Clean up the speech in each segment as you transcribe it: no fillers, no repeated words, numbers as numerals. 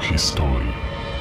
historii.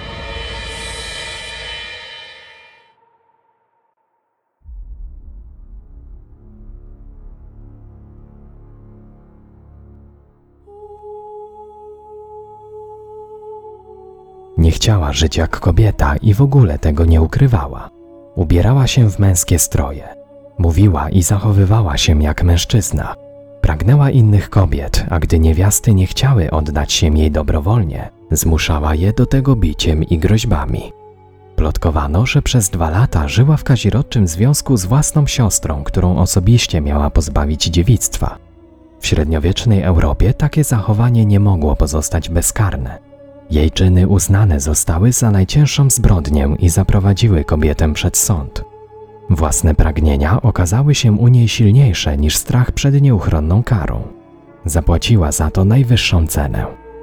Nie chciała żyć jak kobieta i w ogóle tego nie ukrywała. Ubierała się w męskie stroje. Mówiła i zachowywała się jak mężczyzna. Pragnęła innych kobiet, a gdy niewiasty nie chciały oddać się jej dobrowolnie, zmuszała je do tego biciem i groźbami. Plotkowano, że przez 2 lata żyła w kazirodczym związku z własną siostrą, którą osobiście miała pozbawić dziewictwa. W średniowiecznej Europie takie zachowanie nie mogło pozostać bezkarne. Jej czyny uznane zostały za najcięższą zbrodnię i zaprowadziły kobietę przed sąd. Własne pragnienia okazały się u niej silniejsze niż strach przed nieuchronną karą. Zapłaciła za to najwyższą cenę.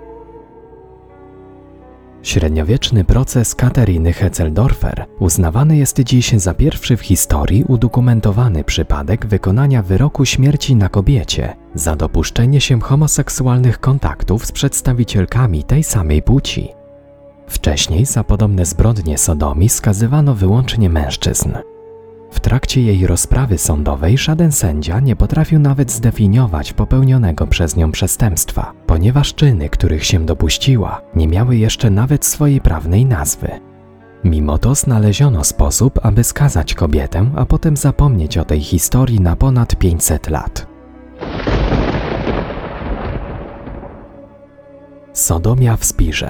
Średniowieczny proces Kateryny Hetzeldorfer uznawany jest dziś za pierwszy w historii udokumentowany przypadek wykonania wyroku śmierci na kobiecie za dopuszczenie się homoseksualnych kontaktów z przedstawicielkami tej samej płci. Wcześniej za podobne zbrodnie sodomii skazywano wyłącznie mężczyzn. W trakcie jej rozprawy sądowej żaden sędzia nie potrafił nawet zdefiniować popełnionego przez nią przestępstwa, ponieważ czyny, których się dopuściła, nie miały jeszcze nawet swojej prawnej nazwy. Mimo to znaleziono sposób, aby skazać kobietę, a potem zapomnieć o tej historii na ponad 500 lat. Sodomia w Spirze.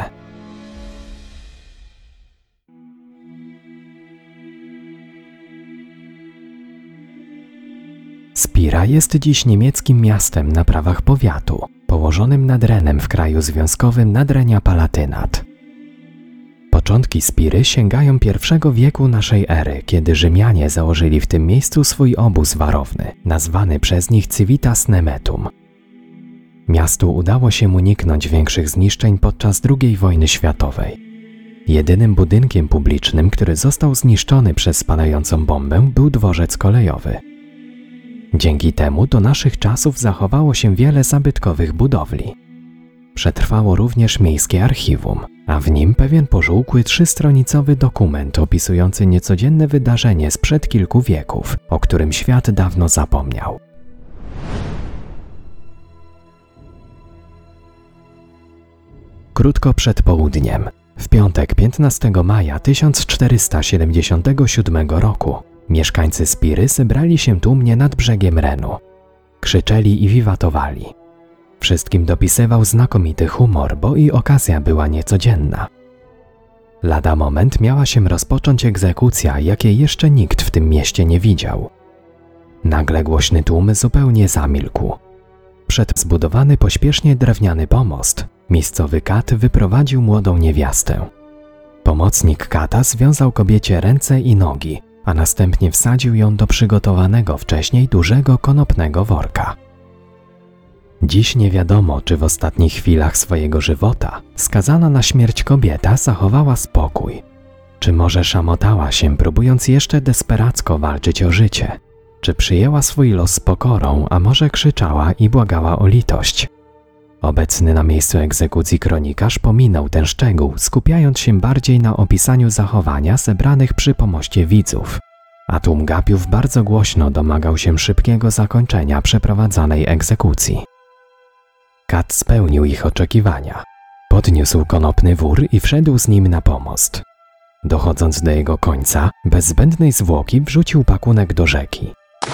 Spira jest dziś niemieckim miastem na prawach powiatu, położonym nad Renem w kraju związkowym Nadrenia-Palatynat. Początki Spiry sięgają I wieku naszej ery, kiedy Rzymianie założyli w tym miejscu swój obóz warowny, nazwany przez nich Civitas Nemetum. Miastu udało się uniknąć większych zniszczeń podczas II wojny światowej. Jedynym budynkiem publicznym, który został zniszczony przez spadającą bombę, był dworzec kolejowy. Dzięki temu do naszych czasów zachowało się wiele zabytkowych budowli. Przetrwało również miejskie archiwum, a w nim pewien pożółkły 3-stronicowy dokument opisujący niecodzienne wydarzenie sprzed kilku wieków, o którym świat dawno zapomniał. Krótko przed południem, w piątek 15 maja 1477 roku, mieszkańcy Spiry zebrali się tłumnie nad brzegiem Renu. Krzyczeli i wiwatowali. Wszystkim dopisywał znakomity humor, bo i okazja była niecodzienna. Lada moment miała się rozpocząć egzekucja, jakiej jeszcze nikt w tym mieście nie widział. Nagle głośny tłum zupełnie zamilkł. Przed zbudowany pośpiesznie drewniany pomost miejscowy kat wyprowadził młodą niewiastę. Pomocnik kata związał kobiecie ręce i nogi, a następnie wsadził ją do przygotowanego wcześniej dużego konopnego worka. Dziś nie wiadomo, czy w ostatnich chwilach swojego żywota skazana na śmierć kobieta zachowała spokój, czy może szamotała się, próbując jeszcze desperacko walczyć o życie, czy przyjęła swój los z pokorą, a może krzyczała i błagała o litość. Obecny na miejscu egzekucji kronikarz pominął ten szczegół, skupiając się bardziej na opisaniu zachowania zebranych przy pomoście widzów, a tłum gapiów bardzo głośno domagał się szybkiego zakończenia przeprowadzanej egzekucji. Kat spełnił ich oczekiwania. Podniósł konopny wór i wszedł z nim na pomost. Dochodząc do jego końca, bez zbędnej zwłoki wrzucił pakunek do rzeki.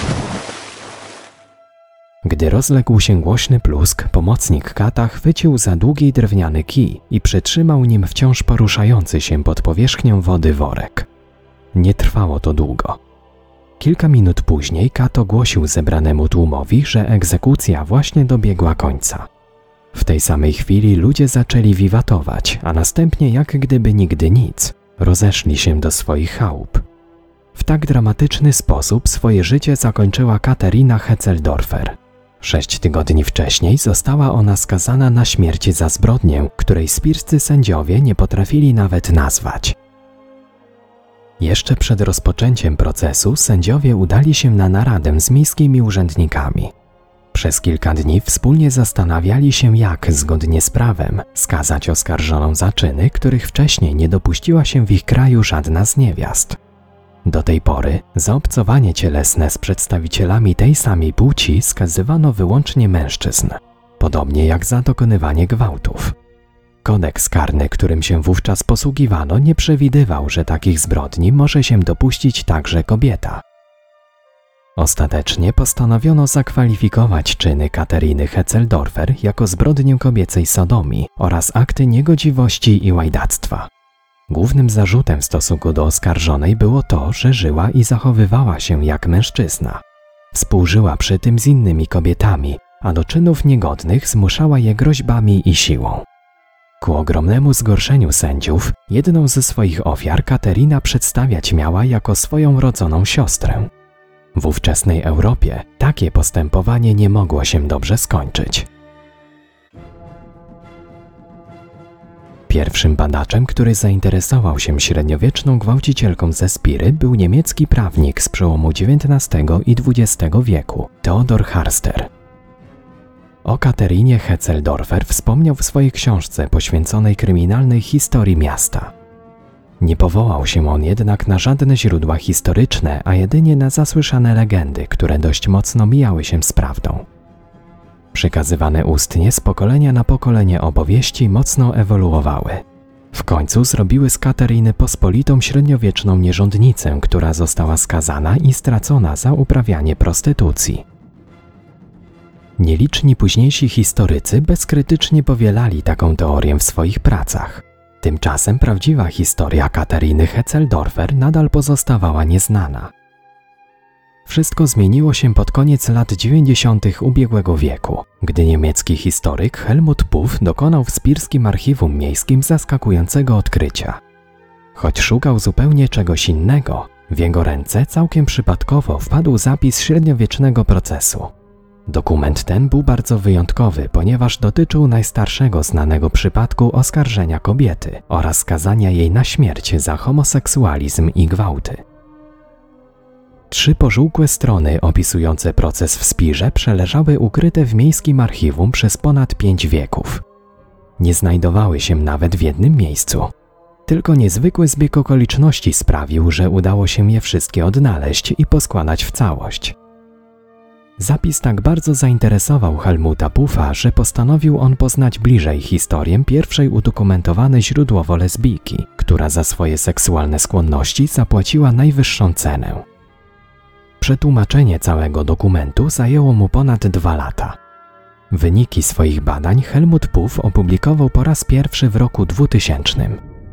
Gdy rozległ się głośny plusk, pomocnik kata chwycił za długi drewniany kij i przytrzymał nim wciąż poruszający się pod powierzchnią wody worek. Nie trwało to długo. Kilka minut później kat ogłosił zebranemu tłumowi, że egzekucja właśnie dobiegła końca. W tej samej chwili ludzie zaczęli wiwatować, a następnie, jak gdyby nigdy nic, rozeszli się do swoich chałup. W tak dramatyczny sposób swoje życie zakończyła Kateryna Hetzeldorfer. 6 tygodni wcześniej została ona skazana na śmierć za zbrodnię, której spirscy sędziowie nie potrafili nawet nazwać. Jeszcze przed rozpoczęciem procesu sędziowie udali się na naradę z miejskimi urzędnikami. Przez kilka dni wspólnie zastanawiali się, jak, zgodnie z prawem, skazać oskarżoną za czyny, których wcześniej nie dopuściła się w ich kraju żadna z niewiast. Do tej pory za obcowanie cielesne z przedstawicielami tej samej płci skazywano wyłącznie mężczyzn, podobnie jak za dokonywanie gwałtów. Kodeks karny, którym się wówczas posługiwano, nie przewidywał, że takich zbrodni może się dopuścić także kobieta. Ostatecznie postanowiono zakwalifikować czyny Kateryny Hetzeldorfer jako zbrodnię kobiecej sodomii oraz akty niegodziwości i łajdactwa. Głównym zarzutem w stosunku do oskarżonej było to, że żyła i zachowywała się jak mężczyzna. Współżyła przy tym z innymi kobietami, a do czynów niegodnych zmuszała je groźbami i siłą. Ku ogromnemu zgorszeniu sędziów, jedną ze swoich ofiar Kateryna przedstawiać miała jako swoją rodzoną siostrę. W ówczesnej Europie takie postępowanie nie mogło się dobrze skończyć. Pierwszym badaczem, który zainteresował się średniowieczną gwałcicielką ze Spiry, był niemiecki prawnik z przełomu XIX i XX wieku, Theodor Harster. O Katerynie Hetzeldorfer wspomniał w swojej książce poświęconej kryminalnej historii miasta. Nie powołał się on jednak na żadne źródła historyczne, a jedynie na zasłyszane legendy, które dość mocno mijały się z prawdą. Przekazywane ustnie z pokolenia na pokolenie opowieści mocno ewoluowały. W końcu zrobiły z Kateryny pospolitą średniowieczną nierządnicę, która została skazana i stracona za uprawianie prostytucji. Nieliczni późniejsi historycy bezkrytycznie powielali taką teorię w swoich pracach. Tymczasem prawdziwa historia Kateryny Hetzeldorfer nadal pozostawała nieznana. Wszystko zmieniło się pod koniec lat 90. ubiegłego wieku, gdy niemiecki historyk Helmut Puff dokonał w spirskim archiwum miejskim zaskakującego odkrycia. Choć szukał zupełnie czegoś innego, w jego ręce całkiem przypadkowo wpadł zapis średniowiecznego procesu. Dokument ten był bardzo wyjątkowy, ponieważ dotyczył najstarszego znanego przypadku oskarżenia kobiety oraz skazania jej na śmierć za homoseksualizm i gwałty. 3 pożółkłe strony opisujące proces w Spirze przeleżały ukryte w miejskim archiwum przez ponad 5 wieków. Nie znajdowały się nawet w jednym miejscu. Tylko niezwykły zbieg okoliczności sprawił, że udało się je wszystkie odnaleźć i poskładać w całość. Zapis tak bardzo zainteresował Helmuta Puffa, że postanowił on poznać bliżej historię pierwszej udokumentowanej źródłowo lesbijki, która za swoje seksualne skłonności zapłaciła najwyższą cenę. Przetłumaczenie całego dokumentu zajęło mu ponad 2 lata. Wyniki swoich badań Helmut Puff opublikował po raz pierwszy w roku 2000.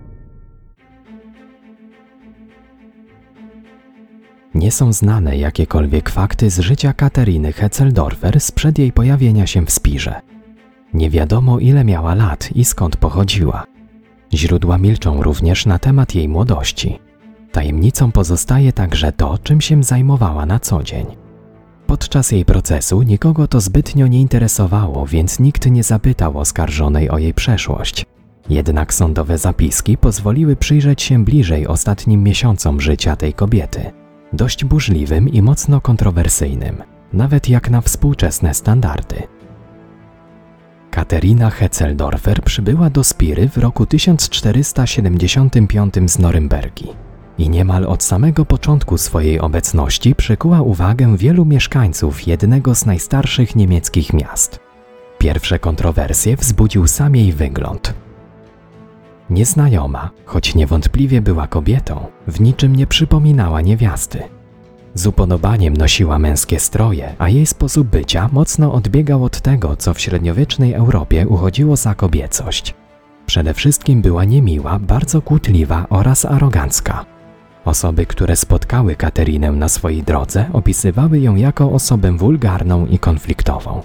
Nie są znane jakiekolwiek fakty z życia Kateryny Hetzeldorfer sprzed jej pojawienia się w Spirze. Nie wiadomo, ile miała lat i skąd pochodziła. Źródła milczą również na temat jej młodości. Tajemnicą pozostaje także to, czym się zajmowała na co dzień. Podczas jej procesu nikogo to zbytnio nie interesowało, więc nikt nie zapytał oskarżonej o jej przeszłość. Jednak sądowe zapiski pozwoliły przyjrzeć się bliżej ostatnim miesiącom życia tej kobiety. Dość burzliwym i mocno kontrowersyjnym, nawet jak na współczesne standardy. Kateryna Hetzeldorfer przybyła do Spiry w roku 1475 z Norymbergi i niemal od samego początku swojej obecności przykuła uwagę wielu mieszkańców jednego z najstarszych niemieckich miast. Pierwsze kontrowersje wzbudził sam jej wygląd. Nieznajoma, choć niewątpliwie była kobietą, w niczym nie przypominała niewiasty. Z upodobaniem nosiła męskie stroje, a jej sposób bycia mocno odbiegał od tego, co w średniowiecznej Europie uchodziło za kobiecość. Przede wszystkim była niemiła, bardzo kłótliwa oraz arogancka. Osoby, które spotkały Katerynę na swojej drodze, opisywały ją jako osobę wulgarną i konfliktową.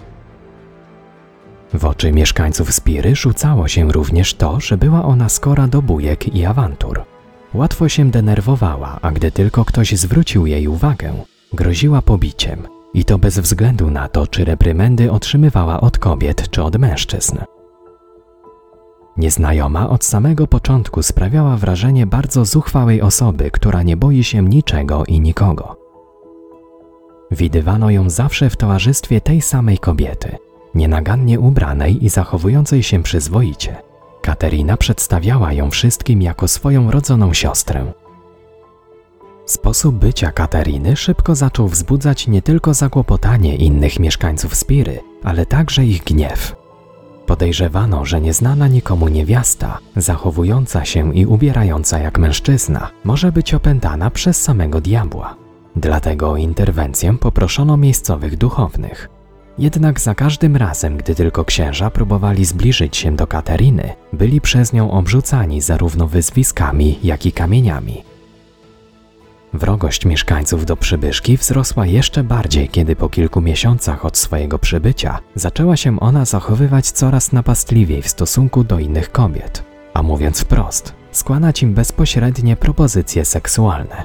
W oczy mieszkańców Spiry rzucało się również to, że była ona skora do bujek i awantur. Łatwo się denerwowała, a gdy tylko ktoś zwrócił jej uwagę, groziła pobiciem. I to bez względu na to, czy reprymendy otrzymywała od kobiet czy od mężczyzn. Nieznajoma od samego początku sprawiała wrażenie bardzo zuchwałej osoby, która nie boi się niczego i nikogo. Widywano ją zawsze w towarzystwie tej samej kobiety, nienagannie ubranej i zachowującej się przyzwoicie. Katerina przedstawiała ją wszystkim jako swoją rodzoną siostrę. Sposób bycia Kateryny szybko zaczął wzbudzać nie tylko zakłopotanie innych mieszkańców Spiry, ale także ich gniew. Podejrzewano, że nieznana nikomu niewiasta, zachowująca się i ubierająca jak mężczyzna, może być opętana przez samego diabła. Dlatego o interwencję poproszono miejscowych duchownych. Jednak za każdym razem, gdy tylko księża próbowali zbliżyć się do Kateryny, byli przez nią obrzucani zarówno wyzwiskami, jak i kamieniami. Wrogość mieszkańców do przybyszki wzrosła jeszcze bardziej, kiedy po kilku miesiącach od swojego przybycia zaczęła się ona zachowywać coraz napastliwiej w stosunku do innych kobiet, a mówiąc wprost, składać im bezpośrednie propozycje seksualne.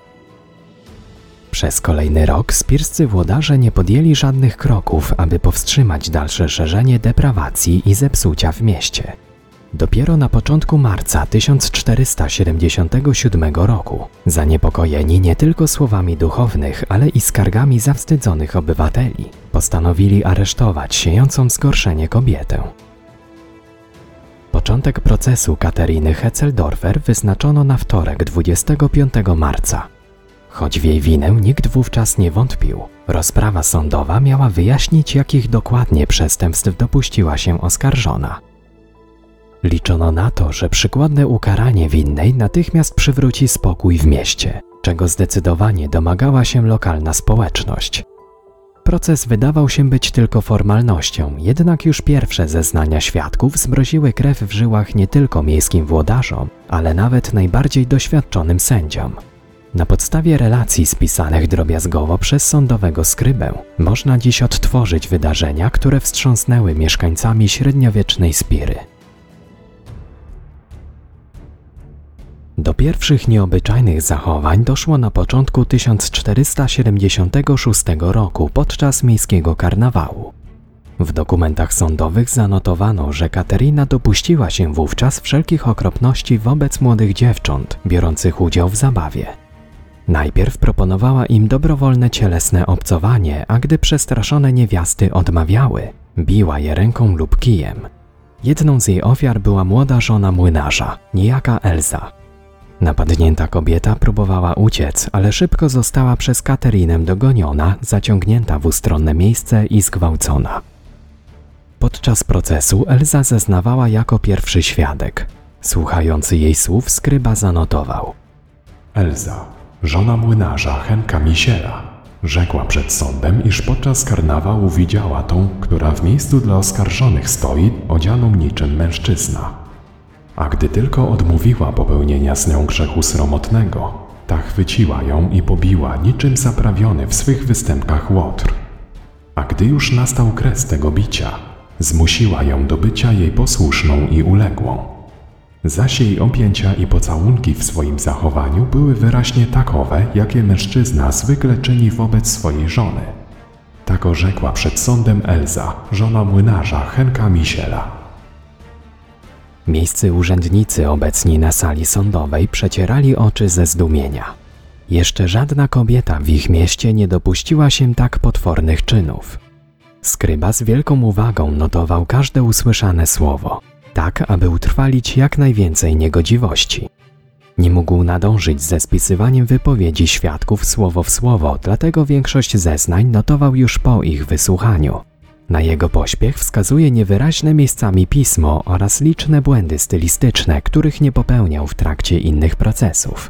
Przez kolejny rok spirscy włodarze nie podjęli żadnych kroków, aby powstrzymać dalsze szerzenie deprawacji i zepsucia w mieście. Dopiero na początku marca 1477 roku, zaniepokojeni nie tylko słowami duchownych, ale i skargami zawstydzonych obywateli, postanowili aresztować siejącą zgorszenie kobietę. Początek procesu Kateryny Hetzeldorfer wyznaczono na wtorek 25 marca. Choć w jej winę nikt wówczas nie wątpił, rozprawa sądowa miała wyjaśnić, jakich dokładnie przestępstw dopuściła się oskarżona. Liczono na to, że przykładne ukaranie winnej natychmiast przywróci spokój w mieście, czego zdecydowanie domagała się lokalna społeczność. Proces wydawał się być tylko formalnością, jednak już pierwsze zeznania świadków zmroziły krew w żyłach nie tylko miejskim włodarzom, ale nawet najbardziej doświadczonym sędziom. Na podstawie relacji spisanych drobiazgowo przez sądowego skrybę można dziś odtworzyć wydarzenia, które wstrząsnęły mieszkańcami średniowiecznej Spiry. Do pierwszych nieobyczajnych zachowań doszło na początku 1476 roku podczas miejskiego karnawału. W dokumentach sądowych zanotowano, że Kateryna dopuściła się wówczas wszelkich okropności wobec młodych dziewcząt biorących udział w zabawie. Najpierw proponowała im dobrowolne cielesne obcowanie, a gdy przestraszone niewiasty odmawiały, biła je ręką lub kijem. Jedną z jej ofiar była młoda żona młynarza, niejaka Elza. Napadnięta kobieta próbowała uciec, ale szybko została przez Katerynę dogoniona, zaciągnięta w ustronne miejsce i zgwałcona. Podczas procesu Elza zeznawała jako pierwszy świadek. Słuchający jej słów skryba zanotował: Elza, żona młynarza Henka Misiela, rzekła przed sądem, iż podczas karnawału widziała tą, która w miejscu dla oskarżonych stoi, odzianą niczym mężczyzna. A gdy tylko odmówiła popełnienia z nią grzechu sromotnego, ta chwyciła ją i pobiła niczym zaprawiony w swych występkach łotr. A gdy już nastał kres tego bicia, zmusiła ją do bycia jej posłuszną i uległą. Zaś jej objęcia i pocałunki w swoim zachowaniu były wyraźnie takowe, jakie mężczyzna zwykle czyni wobec swojej żony. Tak orzekła przed sądem Elza, żona młynarza Henka Misiela. Miejscy urzędnicy obecni na sali sądowej przecierali oczy ze zdumienia. Jeszcze żadna kobieta w ich mieście nie dopuściła się tak potwornych czynów. Skryba z wielką uwagą notował każde usłyszane słowo, tak aby utrwalić jak najwięcej niegodziwości. Nie mógł nadążyć ze spisywaniem wypowiedzi świadków słowo w słowo, dlatego większość zeznań notował już po ich wysłuchaniu. Na jego pośpiech wskazuje niewyraźne miejscami pismo oraz liczne błędy stylistyczne, których nie popełniał w trakcie innych procesów.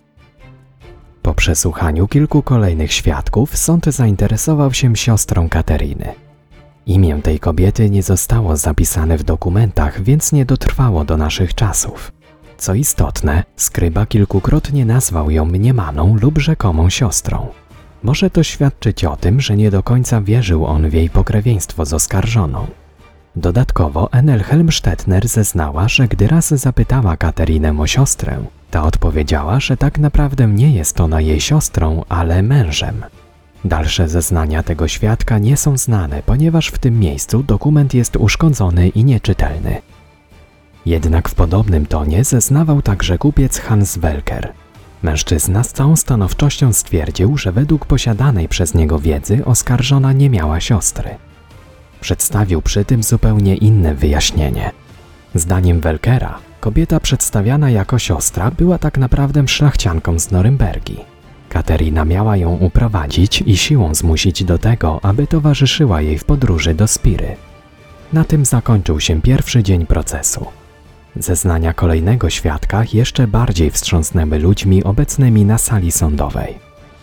Po przesłuchaniu kilku kolejnych świadków sąd zainteresował się siostrą Kateryny. Imię tej kobiety nie zostało zapisane w dokumentach, więc nie dotrwało do naszych czasów. Co istotne, skryba kilkukrotnie nazwał ją mniemaną lub rzekomą siostrą. Może to świadczyć o tym, że nie do końca wierzył on w jej pokrewieństwo z oskarżoną. Dodatkowo Enel Helmstettner zeznała, że gdy raz zapytała Katerynę o siostrę, ta odpowiedziała, że tak naprawdę nie jest ona jej siostrą, ale mężem. Dalsze zeznania tego świadka nie są znane, ponieważ w tym miejscu dokument jest uszkodzony i nieczytelny. Jednak w podobnym tonie zeznawał także kupiec Hans Welker. Mężczyzna z całą stanowczością stwierdził, że według posiadanej przez niego wiedzy oskarżona nie miała siostry. Przedstawił przy tym zupełnie inne wyjaśnienie. Zdaniem Welkera, kobieta przedstawiana jako siostra była tak naprawdę szlachcianką z Norymbergi. Katerina miała ją uprowadzić i siłą zmusić do tego, aby towarzyszyła jej w podróży do Spiry. Na tym zakończył się pierwszy dzień procesu. Zeznania kolejnego świadka jeszcze bardziej wstrząsnęły ludźmi obecnymi na sali sądowej.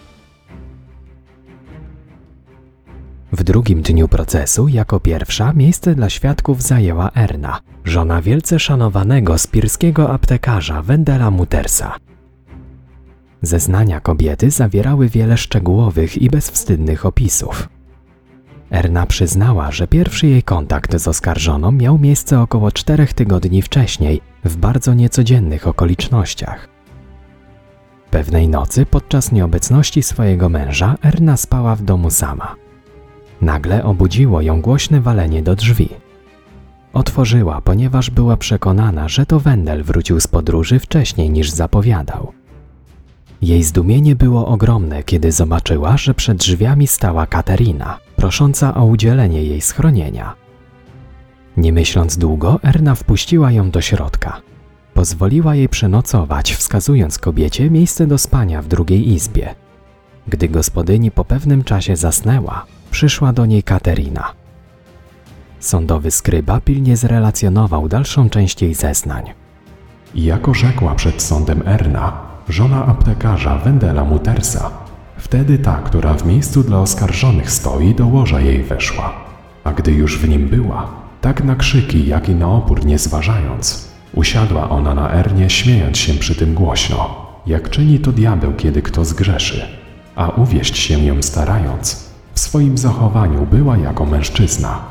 W drugim dniu procesu jako pierwsza miejsce dla świadków zajęła Erna, żona wielce szanowanego spirskiego aptekarza Wendela Muttersa. Zeznania kobiety zawierały wiele szczegółowych i bezwstydnych opisów. Erna przyznała, że pierwszy jej kontakt z oskarżoną miał miejsce około 4 tygodni wcześniej, w bardzo niecodziennych okolicznościach. Pewnej nocy podczas nieobecności swojego męża Erna spała w domu sama. Nagle obudziło ją głośne walenie do drzwi. Otworzyła, ponieważ była przekonana, że to Wendel wrócił z podróży wcześniej niż zapowiadał. Jej zdumienie było ogromne, kiedy zobaczyła, że przed drzwiami stała Katerina, prosząca o udzielenie jej schronienia. Nie myśląc długo, Erna wpuściła ją do środka. Pozwoliła jej przenocować, wskazując kobiecie miejsce do spania w drugiej izbie. Gdy gospodyni po pewnym czasie zasnęła, przyszła do niej Katerina. Sądowy skryba pilnie zrelacjonował dalszą część jej zeznań. Jako rzekła przed sądem Erna, żona aptekarza Wendela Muttersa, wtedy ta, która w miejscu dla oskarżonych stoi, do łoża jej weszła. A gdy już w nim była, tak na krzyki, jak i na opór nie zważając, usiadła ona na Ernie, śmiejąc się przy tym głośno, jak czyni to diabeł, kiedy kto zgrzeszy, a uwieść się ją starając, w swoim zachowaniu była jako mężczyzna.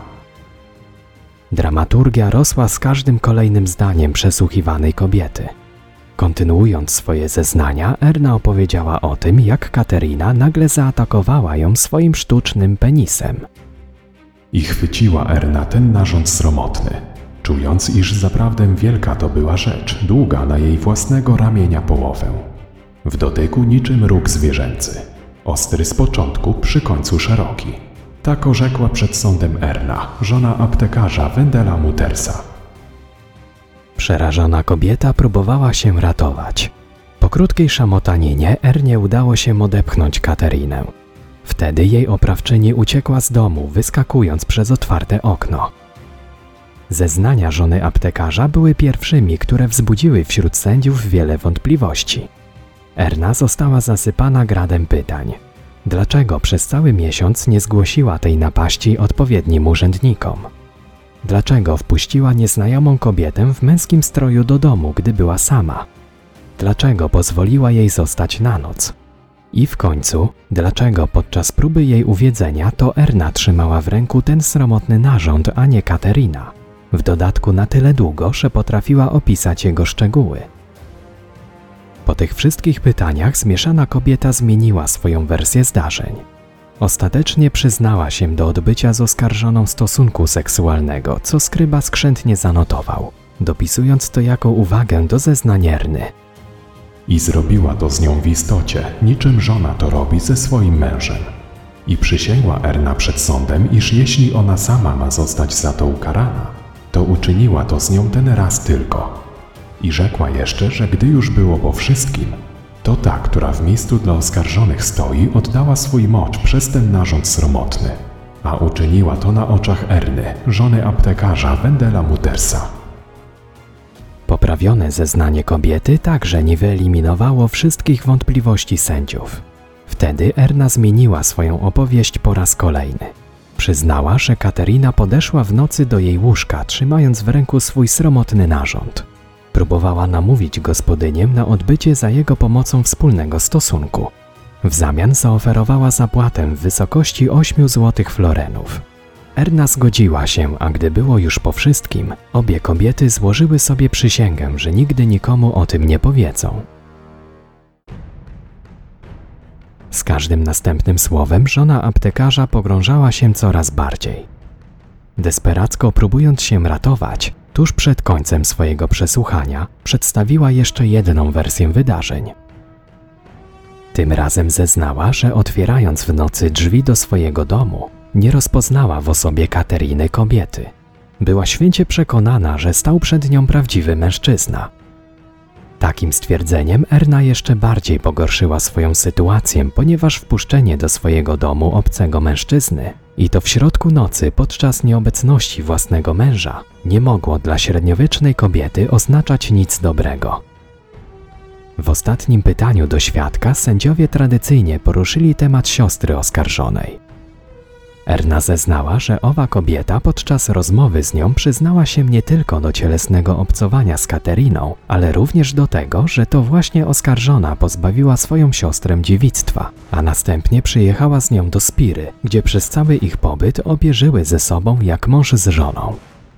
Dramaturgia rosła z każdym kolejnym zdaniem przesłuchiwanej kobiety. Kontynuując swoje zeznania, Erna opowiedziała o tym, jak Katerina nagle zaatakowała ją swoim sztucznym penisem. I chwyciła Erna ten narząd sromotny, czując, iż zaprawdę wielka to była rzecz, długa na jej własnego ramienia połowę. W dotyku niczym róg zwierzęcy, ostry z początku, przy końcu szeroki. Tak orzekła przed sądem Erna, żona aptekarza Wendela Muttersa. Przerażona kobieta próbowała się ratować. Po krótkiej szamotaninie Ernie udało się odepchnąć Katerinę. Wtedy jej oprawczyni uciekła z domu, wyskakując przez otwarte okno. Zeznania żony aptekarza były pierwszymi, które wzbudziły wśród sędziów wiele wątpliwości. Erna została zasypana gradem pytań. Dlaczego przez cały miesiąc nie zgłosiła tej napaści odpowiednim urzędnikom? Dlaczego wpuściła nieznajomą kobietę w męskim stroju do domu, gdy była sama? Dlaczego pozwoliła jej zostać na noc? I w końcu, dlaczego podczas próby jej uwiedzenia to Erna trzymała w ręku ten sromotny narząd, a nie Katerina? W dodatku na tyle długo, że potrafiła opisać jego szczegóły. Po tych wszystkich pytaniach zmieszana kobieta zmieniła swoją wersję zdarzeń. Ostatecznie przyznała się do odbycia z oskarżoną stosunku seksualnego, co skryba skrzętnie zanotował, dopisując to jako uwagę do zeznań Erny. I zrobiła to z nią w istocie, niczym żona to robi ze swoim mężem. I przysięgła Erna przed sądem, iż jeśli ona sama ma zostać za to ukarana, to uczyniła to z nią ten raz tylko. I rzekła jeszcze, że gdy już było po wszystkim, to ta, która w miejscu dla oskarżonych stoi, oddała swój mocz przez ten narząd sromotny, a uczyniła to na oczach Erny, żony aptekarza Wendela Muttersa. Poprawione zeznanie kobiety także nie wyeliminowało wszystkich wątpliwości sędziów. Wtedy Erna zmieniła swoją opowieść po raz kolejny. Przyznała, że Katerina podeszła w nocy do jej łóżka, trzymając w ręku swój sromotny narząd. Próbowała namówić gospodynię na odbycie za jego pomocą wspólnego stosunku. W zamian zaoferowała zapłatę w wysokości 8 złotych florenów. Erna zgodziła się, a gdy było już po wszystkim, obie kobiety złożyły sobie przysięgę, że nigdy nikomu o tym nie powiedzą. Z każdym następnym słowem żona aptekarza pogrążała się coraz bardziej. Desperacko próbując się ratować, tuż przed końcem swojego przesłuchania przedstawiła jeszcze jedną wersję wydarzeń. Tym razem zeznała, że otwierając w nocy drzwi do swojego domu, nie rozpoznała w osobie Kateriny kobiety. Była święcie przekonana, że stał przed nią prawdziwy mężczyzna. Takim stwierdzeniem Erna jeszcze bardziej pogorszyła swoją sytuację, ponieważ wpuszczenie do swojego domu obcego mężczyzny, i to w środku nocy podczas nieobecności własnego męża, nie mogło dla średniowiecznej kobiety oznaczać nic dobrego. W ostatnim pytaniu do świadka sędziowie tradycyjnie poruszyli temat siostry oskarżonej. Erna zeznała, że owa kobieta podczas rozmowy z nią przyznała się nie tylko do cielesnego obcowania z Kateriną, ale również do tego, że to właśnie oskarżona pozbawiła swoją siostrę dziewictwa, a następnie przyjechała z nią do Spiry, gdzie przez cały ich pobyt obie żyły ze sobą jak mąż z żoną.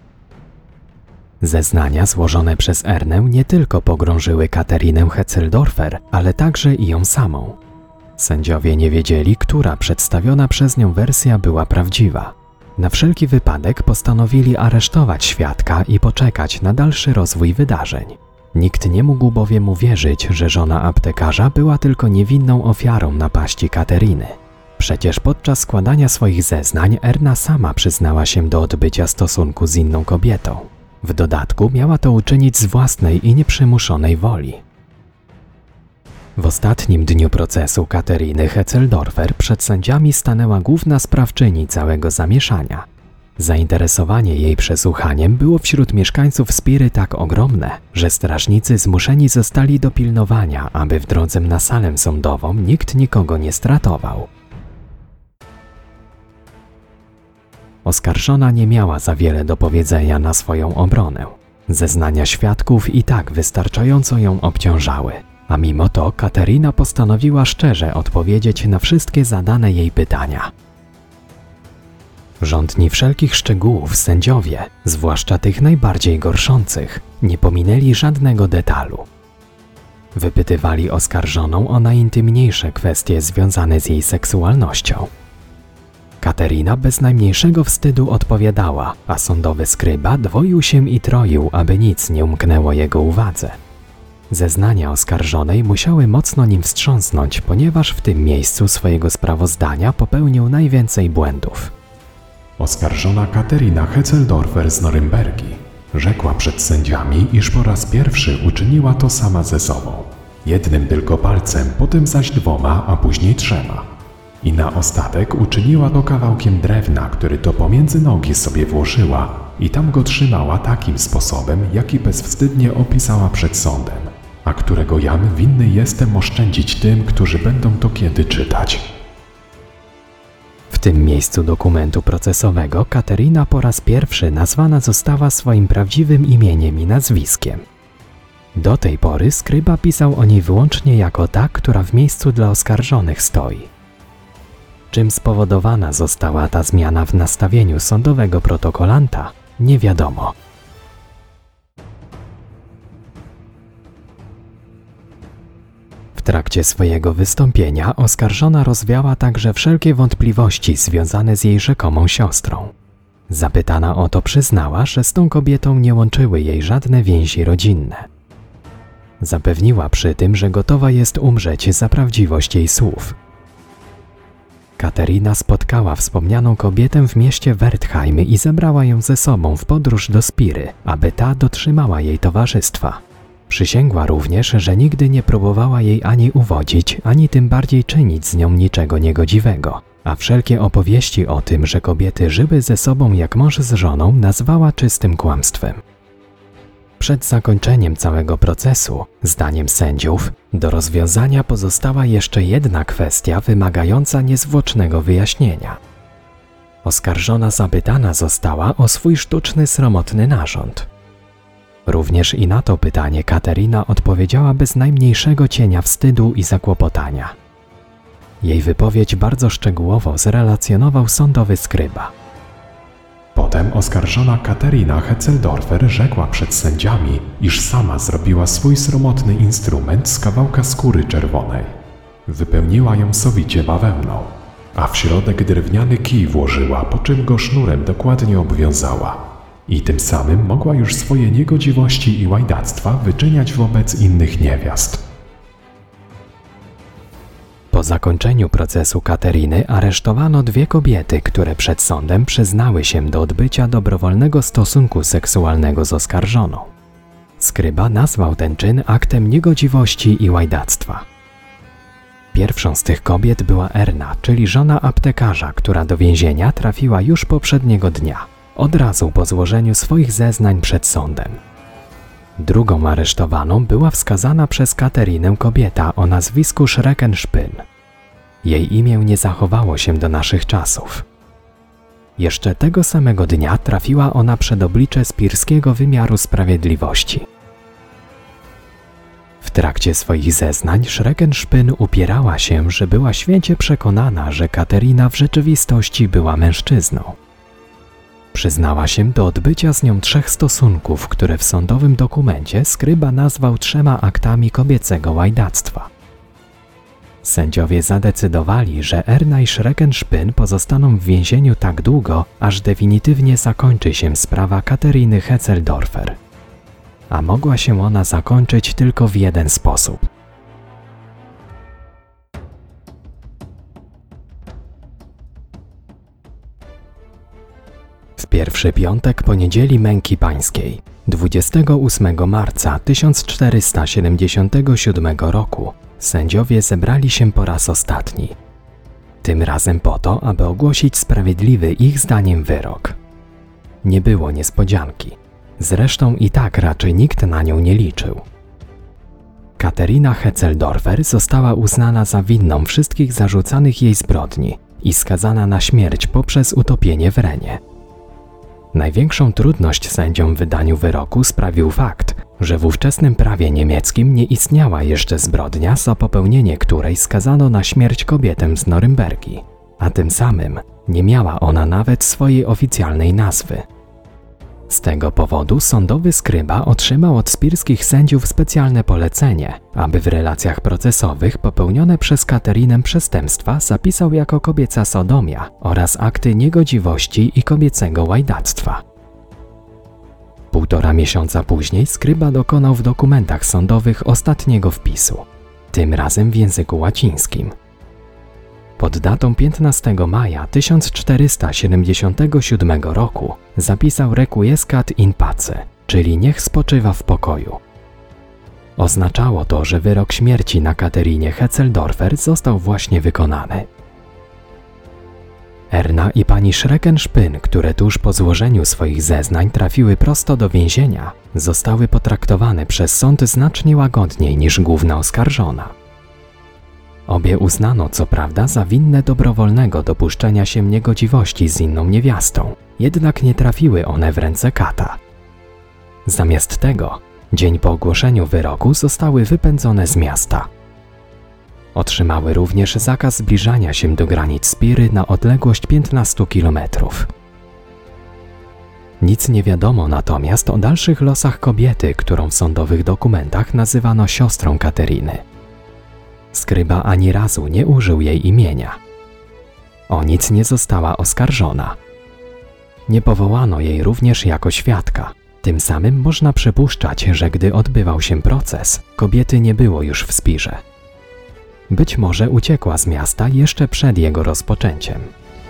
Zeznania złożone przez Ernę nie tylko pogrążyły Katerinę Hetzeldorfer, ale także i ją samą. Sędziowie nie wiedzieli, która przedstawiona przez nią wersja była prawdziwa. Na wszelki wypadek postanowili aresztować świadka i poczekać na dalszy rozwój wydarzeń. Nikt nie mógł bowiem uwierzyć, że żona aptekarza była tylko niewinną ofiarą napaści Kateriny. Przecież podczas składania swoich zeznań Erna sama przyznała się do odbycia stosunku z inną kobietą. W dodatku miała to uczynić z własnej i nieprzymuszonej woli. W ostatnim dniu procesu Kateriny Hetzeldorfer przed sędziami stanęła główna sprawczyni całego zamieszania. Zainteresowanie jej przesłuchaniem było wśród mieszkańców Spiry tak ogromne, że strażnicy zmuszeni zostali do pilnowania, aby w drodze na salę sądową nikt nikogo nie stratował. Oskarżona nie miała za wiele do powiedzenia na swoją obronę. Zeznania świadków i tak wystarczająco ją obciążały. A mimo to Katerina postanowiła szczerze odpowiedzieć na wszystkie zadane jej pytania. Żądni wszelkich szczegółów sędziowie, zwłaszcza tych najbardziej gorszących, nie pominęli żadnego detalu. Wypytywali oskarżoną o najintymniejsze kwestie związane z jej seksualnością. Katerina bez najmniejszego wstydu odpowiadała, a sądowy skryba dwoił się i troił, aby nic nie umknęło jego uwadze. Zeznania oskarżonej musiały mocno nim wstrząsnąć, ponieważ w tym miejscu swojego sprawozdania popełnił najwięcej błędów. Oskarżona Katerina Hetzeldorfer z Norymbergi rzekła przed sędziami, iż po raz pierwszy uczyniła to sama ze sobą. Jednym tylko palcem, potem zaś 2, a później 3. I na ostatek uczyniła to kawałkiem drewna, który to pomiędzy nogi sobie włożyła i tam go trzymała takim sposobem, jaki bezwstydnie opisała przed sądem, a którego Jan winny jestem oszczędzić tym, którzy będą to kiedy czytać. W tym miejscu dokumentu procesowego Katerina po raz pierwszy nazwana została swoim prawdziwym imieniem i nazwiskiem. Do tej pory skryba pisał o niej wyłącznie jako ta, która w miejscu dla oskarżonych stoi. Czym spowodowana została ta zmiana w nastawieniu sądowego protokolanta, nie wiadomo. W trakcie swojego wystąpienia oskarżona rozwiała także wszelkie wątpliwości związane z jej rzekomą siostrą. Zapytana o to przyznała, że z tą kobietą nie łączyły jej żadne więzi rodzinne. Zapewniła przy tym, że gotowa jest umrzeć za prawdziwość jej słów. Katerina spotkała wspomnianą kobietę w mieście Wertheim i zabrała ją ze sobą w podróż do Spiry, aby ta dotrzymała jej towarzystwa. Przysięgła również, że nigdy nie próbowała jej ani uwodzić, ani tym bardziej czynić z nią niczego niegodziwego, a wszelkie opowieści o tym, że kobiety żyły ze sobą jak mąż z żoną, nazwała czystym kłamstwem. Przed zakończeniem całego procesu, zdaniem sędziów, do rozwiązania pozostała jeszcze jedna kwestia wymagająca niezwłocznego wyjaśnienia. Oskarżona zapytana została o swój sztuczny, sromotny narząd. Również i na to pytanie Katerina odpowiedziała bez najmniejszego cienia wstydu i zakłopotania. Jej wypowiedź bardzo szczegółowo zrelacjonował sądowy skryba. Potem oskarżona Katerina Hetzeldorfer rzekła przed sędziami, iż sama zrobiła swój sromotny instrument z kawałka skóry czerwonej. Wypełniła ją sowicie bawełną, a w środek drewniany kij włożyła, po czym go sznurem dokładnie obwiązała. I tym samym mogła już swoje niegodziwości i łajdactwa wyczyniać wobec innych niewiast. Po zakończeniu procesu Kateryny aresztowano 2 kobiety, które przed sądem przyznały się do odbycia dobrowolnego stosunku seksualnego z oskarżoną. Skryba nazwał ten czyn aktem niegodziwości i łajdactwa. Pierwszą z tych kobiet była Erna, czyli żona aptekarza, która do więzienia trafiła już poprzedniego dnia, od razu po złożeniu swoich zeznań przed sądem. Drugą aresztowaną była wskazana przez Katerynę kobieta o nazwisku Schreckenspin. Jej imię nie zachowało się do naszych czasów. Jeszcze tego samego dnia trafiła ona przed oblicze Spirskiego Wymiaru Sprawiedliwości. W trakcie swoich zeznań Schreckenspin upierała się, że była święcie przekonana, że Kateryna w rzeczywistości była mężczyzną. Przyznała się do odbycia z nią 3 stosunków, które w sądowym dokumencie Skryba nazwał 3 aktami kobiecego łajdactwa. Sędziowie zadecydowali, że Erna i Schreckenspin pozostaną w więzieniu tak długo, aż definitywnie zakończy się sprawa Kateryny Hetzeldorfer. A mogła się ona zakończyć tylko w jeden sposób. W pierwszy piątek po niedzieli męki pańskiej, 28 marca 1477 roku, sędziowie zebrali się po raz ostatni. Tym razem po to, aby ogłosić sprawiedliwy ich zdaniem wyrok. Nie było niespodzianki. Zresztą i tak raczej nikt na nią nie liczył. Kateryna Hetzeldorfer została uznana za winną wszystkich zarzucanych jej zbrodni i skazana na śmierć poprzez utopienie w Renie. Największą trudność sędziom w wydaniu wyroku sprawił fakt, że w ówczesnym prawie niemieckim nie istniała jeszcze zbrodnia, za popełnienie której skazano na śmierć kobietę z Norymbergi, a tym samym nie miała ona nawet swojej oficjalnej nazwy. Z tego powodu sądowy skryba otrzymał od spirskich sędziów specjalne polecenie, aby w relacjach procesowych popełnione przez Katerynę przestępstwa zapisał jako kobieca sodomia oraz akty niegodziwości i kobiecego łajdactwa. 1,5 miesiąca później skryba dokonał w dokumentach sądowych ostatniego wpisu, tym razem w języku łacińskim. Pod datą 15 maja 1477 roku zapisał requiescat in pace, czyli niech spoczywa w pokoju. Oznaczało to, że wyrok śmierci na Katerynie Hetzeldorfer został właśnie wykonany. Erna i pani Schreckenspin, które tuż po złożeniu swoich zeznań trafiły prosto do więzienia, zostały potraktowane przez sąd znacznie łagodniej niż główna oskarżona. Obie uznano co prawda za winne dobrowolnego dopuszczenia się niegodziwości z inną niewiastą, jednak nie trafiły one w ręce kata. Zamiast tego, dzień po ogłoszeniu wyroku zostały wypędzone z miasta. Otrzymały również zakaz zbliżania się do granic Spiry na odległość 15 kilometrów. Nic nie wiadomo natomiast o dalszych losach kobiety, którą w sądowych dokumentach nazywano siostrą Kateryny. Skryba ani razu nie użył jej imienia. O nic nie została oskarżona. Nie powołano jej również jako świadka. Tym samym można przypuszczać, że gdy odbywał się proces, kobiety nie było już w Spirze. Być może uciekła z miasta jeszcze przed jego rozpoczęciem.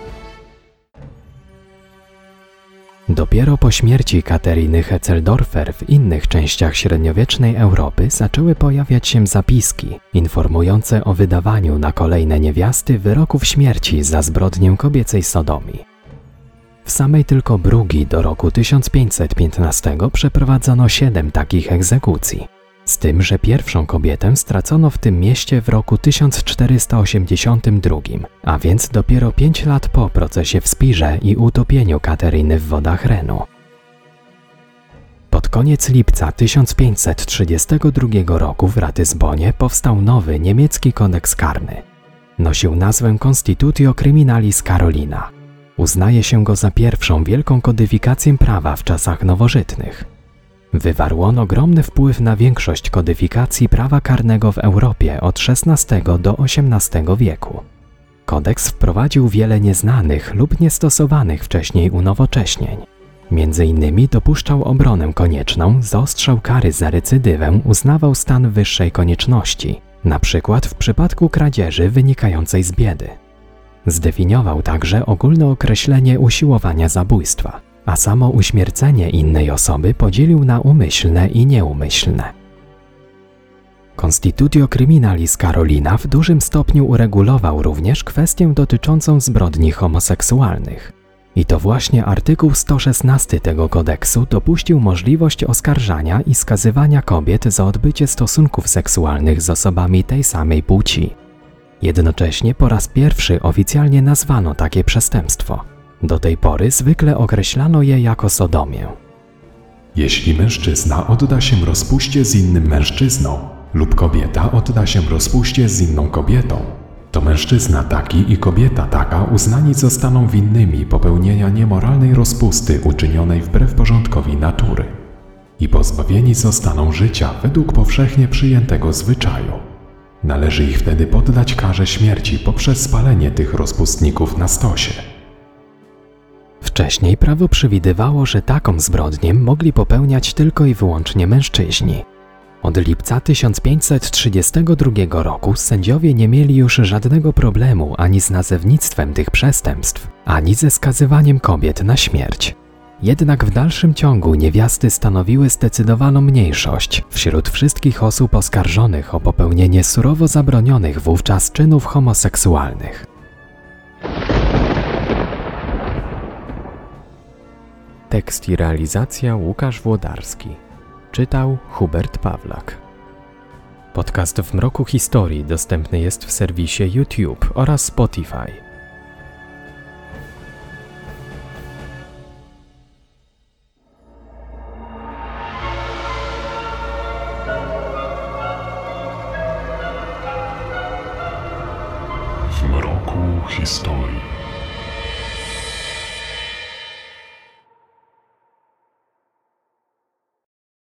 Dopiero po śmierci Kateryny Hetzeldorfer w innych częściach średniowiecznej Europy zaczęły pojawiać się zapiski informujące o wydawaniu na kolejne niewiasty wyroków śmierci za zbrodnię kobiecej sodomii. W samej tylko Brugii do roku 1515 przeprowadzono 7 takich egzekucji, z tym, że pierwszą kobietę stracono w tym mieście w roku 1482, a więc dopiero 5 lat po procesie w Spirze i utopieniu Kateryny w wodach Renu. Pod koniec lipca 1532 roku w Ratyzbonie powstał nowy niemiecki kodeks karny. Nosił nazwę Constitutio Criminalis Carolina. Uznaje się go za pierwszą wielką kodyfikację prawa w czasach nowożytnych. Wywarł on ogromny wpływ na większość kodyfikacji prawa karnego w Europie od XVI do XVIII wieku. Kodeks wprowadził wiele nieznanych lub niestosowanych wcześniej unowocześnień. Między innymi dopuszczał obronę konieczną, zaostrzał kary za recydywę, uznawał stan wyższej konieczności, na przykład w przypadku kradzieży wynikającej z biedy. Zdefiniował także ogólne określenie usiłowania zabójstwa, a samo uśmiercenie innej osoby podzielił na umyślne i nieumyślne. Constitutio Criminalis Carolina w dużym stopniu uregulował również kwestię dotyczącą zbrodni homoseksualnych. I to właśnie artykuł 116 tego kodeksu dopuścił możliwość oskarżania i skazywania kobiet za odbycie stosunków seksualnych z osobami tej samej płci. Jednocześnie po raz pierwszy oficjalnie nazwano takie przestępstwo. Do tej pory zwykle określano je jako sodomię. Jeśli mężczyzna odda się rozpuście z innym mężczyzną lub kobieta odda się rozpuście z inną kobietą, to mężczyzna taki i kobieta taka uznani zostaną winnymi popełnienia niemoralnej rozpusty uczynionej wbrew porządkowi natury i pozbawieni zostaną życia według powszechnie przyjętego zwyczaju. Należy ich wtedy poddać karze śmierci poprzez spalenie tych rozpustników na stosie. Wcześniej prawo przewidywało, że taką zbrodnię mogli popełniać tylko i wyłącznie mężczyźni. Od lipca 1532 roku sędziowie nie mieli już żadnego problemu ani z nazewnictwem tych przestępstw, ani ze skazywaniem kobiet na śmierć. Jednak w dalszym ciągu niewiasty stanowiły zdecydowaną mniejszość wśród wszystkich osób oskarżonych o popełnienie surowo zabronionych wówczas czynów homoseksualnych. Tekst i realizacja Łukasz Włodarski. Czytał Hubert Pawlak. Podcast W mroku historii dostępny jest w serwisie YouTube oraz Spotify. W mroku historii.